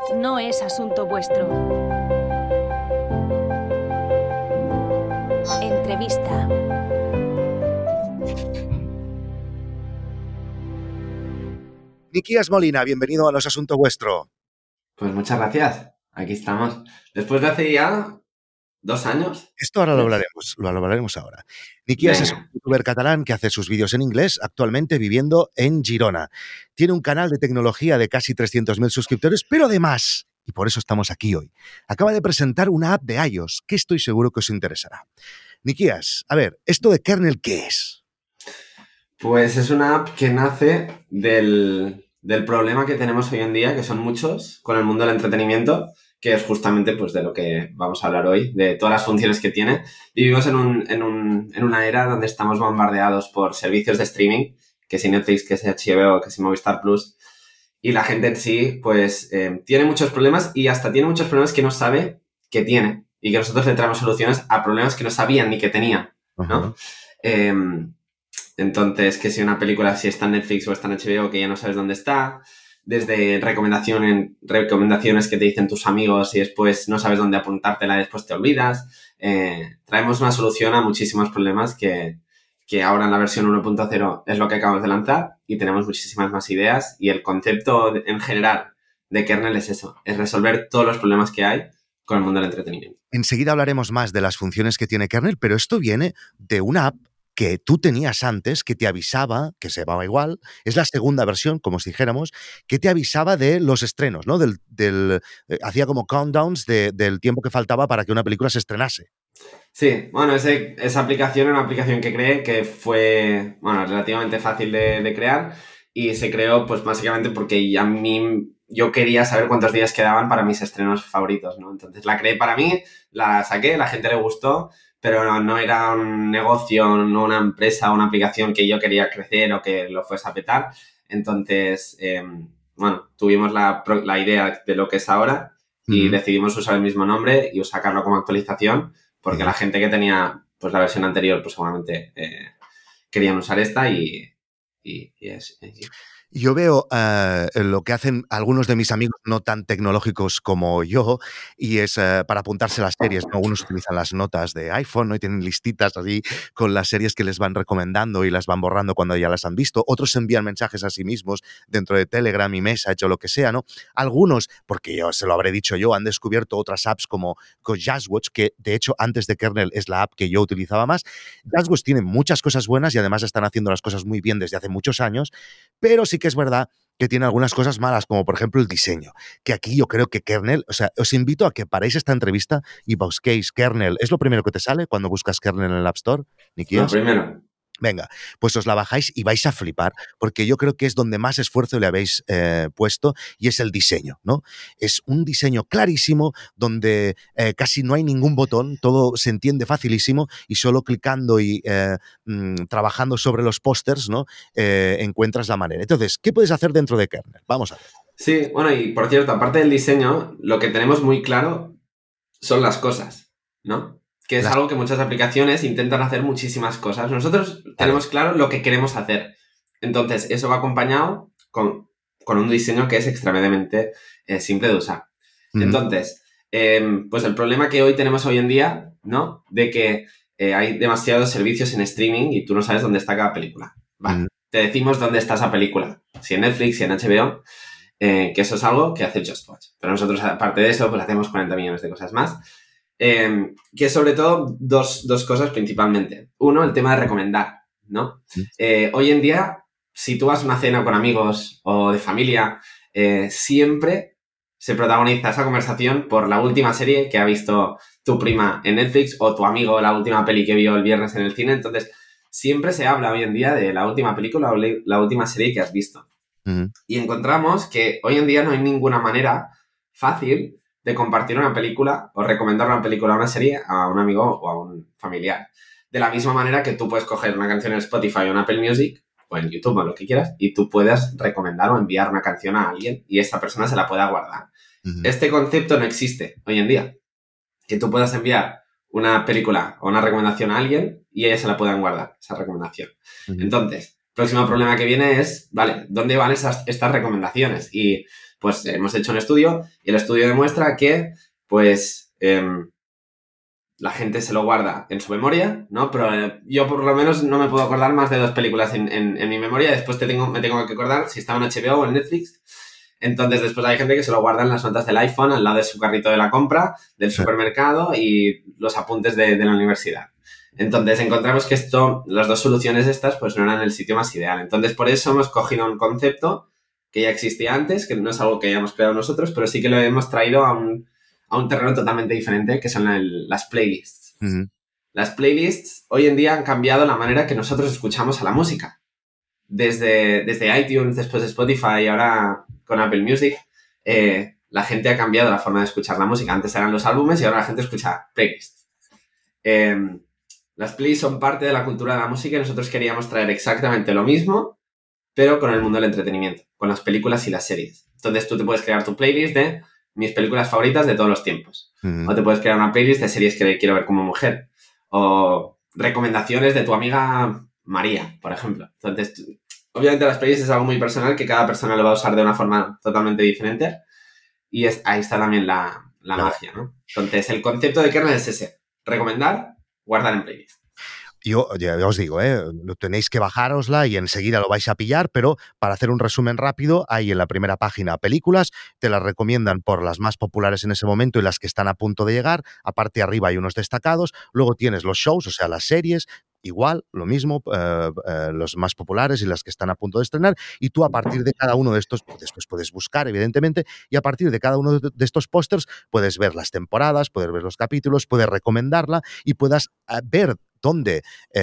no es asunto vuestro. Entrevista. Niquías Molina, bienvenido a No es asunto vuestro. Pues muchas gracias. Aquí estamos. Después de hace ya 2 años. Esto ahora ¿Tres? lo hablaremos ahora. Niquías es un Venga. youtuber catalán que hace sus vídeos en inglés, actualmente viviendo en Girona. Tiene un canal de tecnología de casi 300.000 suscriptores, pero además, y por eso estamos aquí hoy, acaba de presentar una app de iOS que estoy seguro que os interesará. Niquías, a ver, ¿esto de kernel qué es? Pues es una app que nace del problema que tenemos hoy en día, que son muchos, con el mundo del entretenimiento, que es justamente pues, de lo que vamos a hablar hoy, de todas las funciones que tiene. Vivimos en una era donde estamos bombardeados por servicios de streaming, que si Netflix, que si HBO, que si Movistar Plus, y la gente en sí, pues, tiene muchos problemas y hasta tiene muchos problemas que no sabe que tiene y que nosotros le traemos soluciones a problemas que no sabían ni que tenía, ¿no? Uh-huh. Entonces, que si una película si está en Netflix o está en HBO, que ya no sabes dónde está, desde recomendaciones que te dicen tus amigos y después no sabes dónde apuntártela y después te olvidas. Traemos una solución a muchísimos problemas que ahora en la versión 1.0 es lo que acabamos de lanzar y tenemos muchísimas más ideas y el concepto en general de kernel es eso, es resolver todos los problemas que hay con el mundo del entretenimiento. Enseguida hablaremos más de las funciones que tiene kernel, pero esto viene de una app que tú tenías antes, que te avisaba, que se llamaba igual, es la segunda versión, como si dijéramos, que te avisaba de los estrenos, ¿no? Hacía como countdowns del tiempo que faltaba para que una película se estrenase. Sí, bueno, esa aplicación era una aplicación que creé que fue, bueno, relativamente fácil de crear y se creó pues básicamente porque yo quería saber cuántos días quedaban para mis estrenos favoritos, ¿no? Entonces la creé para mí, la saqué, la gente le gustó, pero no era un negocio, no una empresa, una aplicación que yo quería crecer o que lo fuese a petar. Entonces, bueno, tuvimos la idea de lo que es ahora y decidimos usar el mismo nombre y sacarlo como actualización porque la gente que tenía pues la versión anterior pues seguramente querían usar esta y es... Yo veo lo que hacen algunos de mis amigos no tan tecnológicos como yo, y es para apuntarse las series, ¿no? Algunos utilizan las notas de iPhone, ¿no? Y tienen listitas así con las series que les van recomendando y las van borrando cuando ya las han visto. Otros envían mensajes a sí mismos dentro de Telegram y Message o lo que sea, ¿no? Algunos, porque yo se lo habré dicho yo, han descubierto otras apps como JustWatch, que de hecho antes de kernel es la app que yo utilizaba más. JustWatch tiene muchas cosas buenas y además están haciendo las cosas muy bien desde hace muchos años, pero sí que es verdad que tiene algunas cosas malas, como por ejemplo el diseño, que aquí yo creo que kernel, o sea, os invito a que paréis esta entrevista y busquéis kernel. ¿Es lo primero que te sale cuando buscas kernel en el App Store, Niquías? Lo primero. Venga, pues os la bajáis y vais a flipar, porque yo creo que es donde más esfuerzo le habéis puesto y es el diseño, ¿no? Es un diseño clarísimo donde casi no hay ningún botón, todo se entiende facilísimo y solo clicando y trabajando sobre los pósters, ¿no? Encuentras la manera. Entonces, ¿qué puedes hacer dentro de kernel? Vamos a ver. Sí, bueno, y por cierto, aparte del diseño, lo que tenemos muy claro son las cosas, ¿no? Que es algo que muchas aplicaciones intentan hacer muchísimas cosas. Nosotros tenemos claro lo que queremos hacer. Entonces, eso va acompañado con un diseño que es extremadamente simple de usar. Entonces, pues el problema que tenemos hoy en día, ¿no? De que hay demasiados servicios en streaming y tú no sabes dónde está cada película. Vale, te decimos dónde está esa película. Si en Netflix, si en HBO, que eso es algo que hace JustWatch. Pero nosotros, aparte de eso, pues hacemos 40 millones de cosas más. Que sobre todo dos cosas principalmente. Uno, el tema de recomendar, ¿no? Hoy en día, si tú vas a una cena con amigos o de familia, siempre se protagoniza esa conversación por la última serie que ha visto tu prima en Netflix o tu amigo la última peli que vio el viernes en el cine. Entonces, siempre se habla hoy en día de la última película o la última serie que has visto. Y encontramos que hoy en día no hay ninguna manera fácil de compartir una película o recomendar una película o una serie a un amigo o a un familiar. De la misma manera que tú puedes coger una canción en Spotify o en Apple Music o en YouTube o lo que quieras y tú puedas recomendar o enviar una canción a alguien y esa persona se la pueda guardar. Este concepto no existe hoy en día. Que tú puedas enviar una película o una recomendación a alguien y ellas se la puedan guardar, esa recomendación. Entonces, el próximo problema que viene es, vale, ¿dónde van estas recomendaciones? Y Pues hemos hecho un estudio y el estudio demuestra que, pues, la gente se lo guarda en su memoria, ¿no? Pero yo por lo menos no me puedo acordar más de 2 películas en mi memoria. Después me tengo que acordar si estaba en HBO o en Netflix. Entonces después hay gente que se lo guarda en las notas del iPhone, al lado de su carrito de la compra, del supermercado y los apuntes de la universidad. Entonces encontramos que las 2 soluciones estas pues no eran el sitio más ideal. Entonces por eso hemos cogido un concepto que ya existía antes, que no es algo que hayamos creado nosotros, pero sí que lo hemos traído a un terreno totalmente diferente, que son las playlists. Uh-huh. Las playlists hoy en día han cambiado la manera que nosotros escuchamos a la música. Desde iTunes, después de Spotify y ahora con Apple Music, la gente ha cambiado la forma de escuchar la música. Antes eran los álbumes y ahora la gente escucha playlists. Las playlists son parte de la cultura de la música y nosotros queríamos traer exactamente lo mismo, pero con el mundo del entretenimiento, con las películas y las series. Entonces tú te puedes crear tu playlist de mis películas favoritas de todos los tiempos. O te puedes crear una playlist de series que quiero ver como mujer. O recomendaciones de tu amiga María, por ejemplo. Entonces, obviamente las playlists es algo muy personal que cada persona lo va a usar de una forma totalmente diferente. Y ahí está también la magia, ¿no? Entonces, el concepto de kernel es ese. Recomendar, guardar en playlist. Yo ya os digo, tenéis que bajárosla y enseguida lo vais a pillar, pero para hacer un resumen rápido, hay en la primera página películas, te las recomiendan por las más populares en ese momento y las que están a punto de llegar, aparte arriba hay unos destacados, luego tienes los shows, o sea, las series, igual, lo mismo, los más populares y las que están a punto de estrenar, y tú a partir de cada uno de estos, después puedes buscar, evidentemente, y a partir de cada uno de estos pósters puedes ver las temporadas, puedes ver los capítulos, puedes recomendarla y puedas ver dónde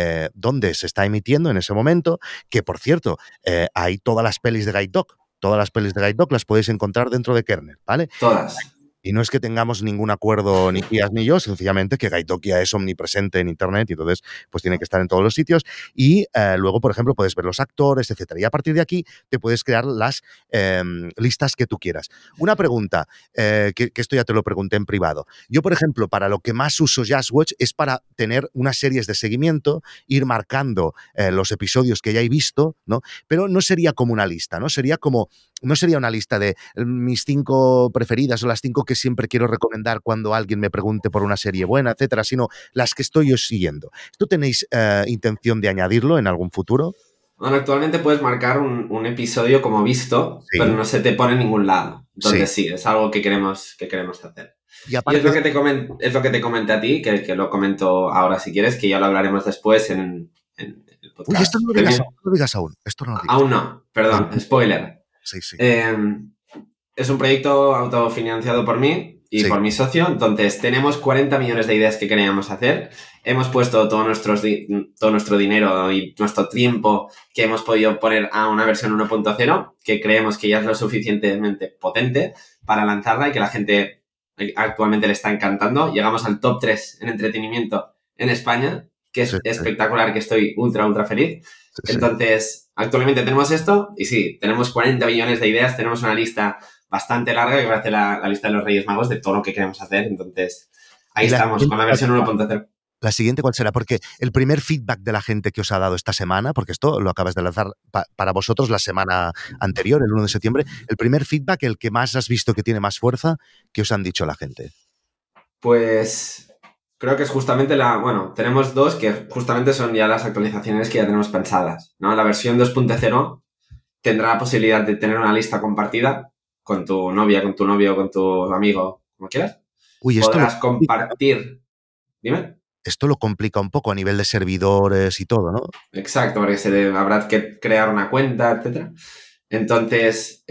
se está emitiendo en ese momento, que por cierto, hay todas las pelis de Guide Dog. Todas las pelis de Guide Dog las podéis encontrar dentro de Kernel, ¿vale? Todas. Y no es que tengamos ningún acuerdo ni Kías ni yo, sencillamente que Guide Dog ya es omnipresente en Internet y entonces pues tiene que estar en todos los sitios. Y luego, por ejemplo, puedes ver los actores, etcétera. Y a partir de aquí te puedes crear las listas que tú quieras. Una pregunta, que esto ya te lo pregunté en privado. Yo, por ejemplo, para lo que más uso Just Watch es para tener unas series de seguimiento, ir marcando los episodios que ya he visto, ¿no? Pero no sería como una lista, ¿no? No sería una lista de mis 5 preferidas o las 5 que siempre quiero recomendar cuando alguien me pregunte por una serie buena, etcétera, sino las que estoy yo siguiendo. ¿Tú tenéis intención de añadirlo en algún futuro? Bueno, actualmente puedes marcar un episodio como visto, sí, pero no se te pone en ningún lado. Entonces sí, es algo que queremos hacer. Y es lo que te comenté a ti, que lo comento ahora si quieres, que ya lo hablaremos después en el podcast. Uy, esto no lo digas aún. Aún no, perdón, spoiler. Sí, sí. Es un proyecto autofinanciado por mí y por mi socio, entonces tenemos 40 millones de ideas que queríamos hacer. Hemos puesto todo nuestro dinero y nuestro tiempo que hemos podido poner a una versión 1.0, que creemos que ya es lo suficientemente potente para lanzarla y que la gente actualmente le está encantando. Llegamos al top 3 en entretenimiento en España, que es espectacular, que estoy ultra feliz. Entonces, actualmente tenemos esto y sí, tenemos 40 millones de ideas, tenemos una lista bastante larga que parece la lista de los Reyes Magos de todo lo que queremos hacer. Entonces, ahí estamos con la versión 1.0. ¿La siguiente cuál será? Porque el primer feedback de la gente que os ha dado esta semana, porque esto lo acabas de lanzar para vosotros la semana anterior, el 1 de septiembre, el primer feedback, el que más has visto que tiene más fuerza, ¿qué os han dicho la gente? Pues creo que es justamente tenemos 2 que justamente son ya las actualizaciones que ya tenemos pensadas, ¿no? La versión 2.0 tendrá la posibilidad de tener una lista compartida con tu novia, con tu novio, con tu amigo, como quieras. Uy, esto podrás compartir. Dime. Esto lo complica un poco a nivel de servidores y todo, ¿no? Exacto, porque habrá que crear una cuenta, etcétera. Entonces,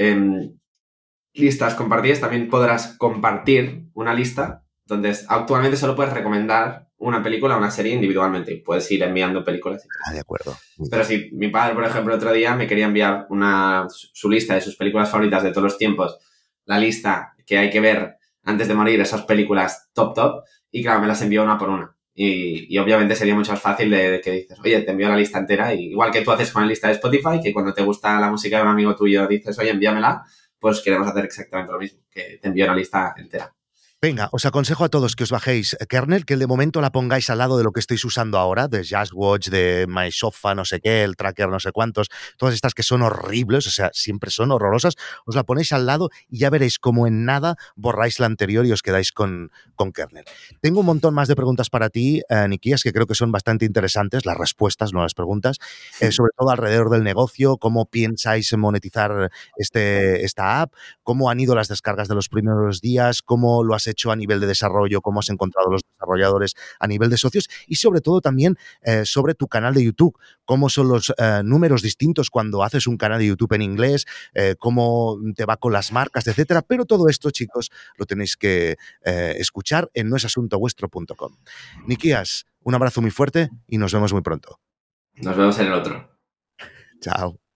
listas compartidas, también podrás compartir una lista. Entonces, actualmente solo puedes recomendar una película o una serie individualmente. Puedes ir enviando películas. De acuerdo. Pero si mi padre, por ejemplo, el otro día me quería enviar su lista de sus películas favoritas de todos los tiempos, la lista que hay que ver antes de morir, esas películas top, y claro, me las envió una por una. Y obviamente sería mucho más fácil de que dices, oye, te envío la lista entera, y igual que tú haces con la lista de Spotify, que cuando te gusta la música de un amigo tuyo dices, oye, envíamela, pues queremos hacer exactamente lo mismo, que te envío una lista entera. Venga, os aconsejo a todos que os bajéis Kernel, que de momento la pongáis al lado de lo que estáis usando ahora, de JustWatch, de MySofa, no sé qué, el Tracker, no sé cuántos, todas estas que son horribles, o sea, siempre son horrorosas, os la ponéis al lado y ya veréis como en nada borráis la anterior y os quedáis con Kernel. Tengo un montón más de preguntas para ti, Nikias, que creo que son bastante interesantes, las respuestas, no las preguntas, sobre todo alrededor del negocio, cómo piensáis monetizar esta app, cómo han ido las descargas de los primeros días, cómo lo has hecho a nivel de desarrollo, cómo has encontrado los desarrolladores a nivel de socios y sobre todo también sobre tu canal de YouTube, cómo son los números distintos cuando haces un canal de YouTube en inglés, cómo te va con las marcas, etcétera. Pero todo esto, chicos, lo tenéis que escuchar en noesasuntovuestro.com. Nikias, un abrazo muy fuerte y nos vemos muy pronto. Nos vemos en el otro. Chao.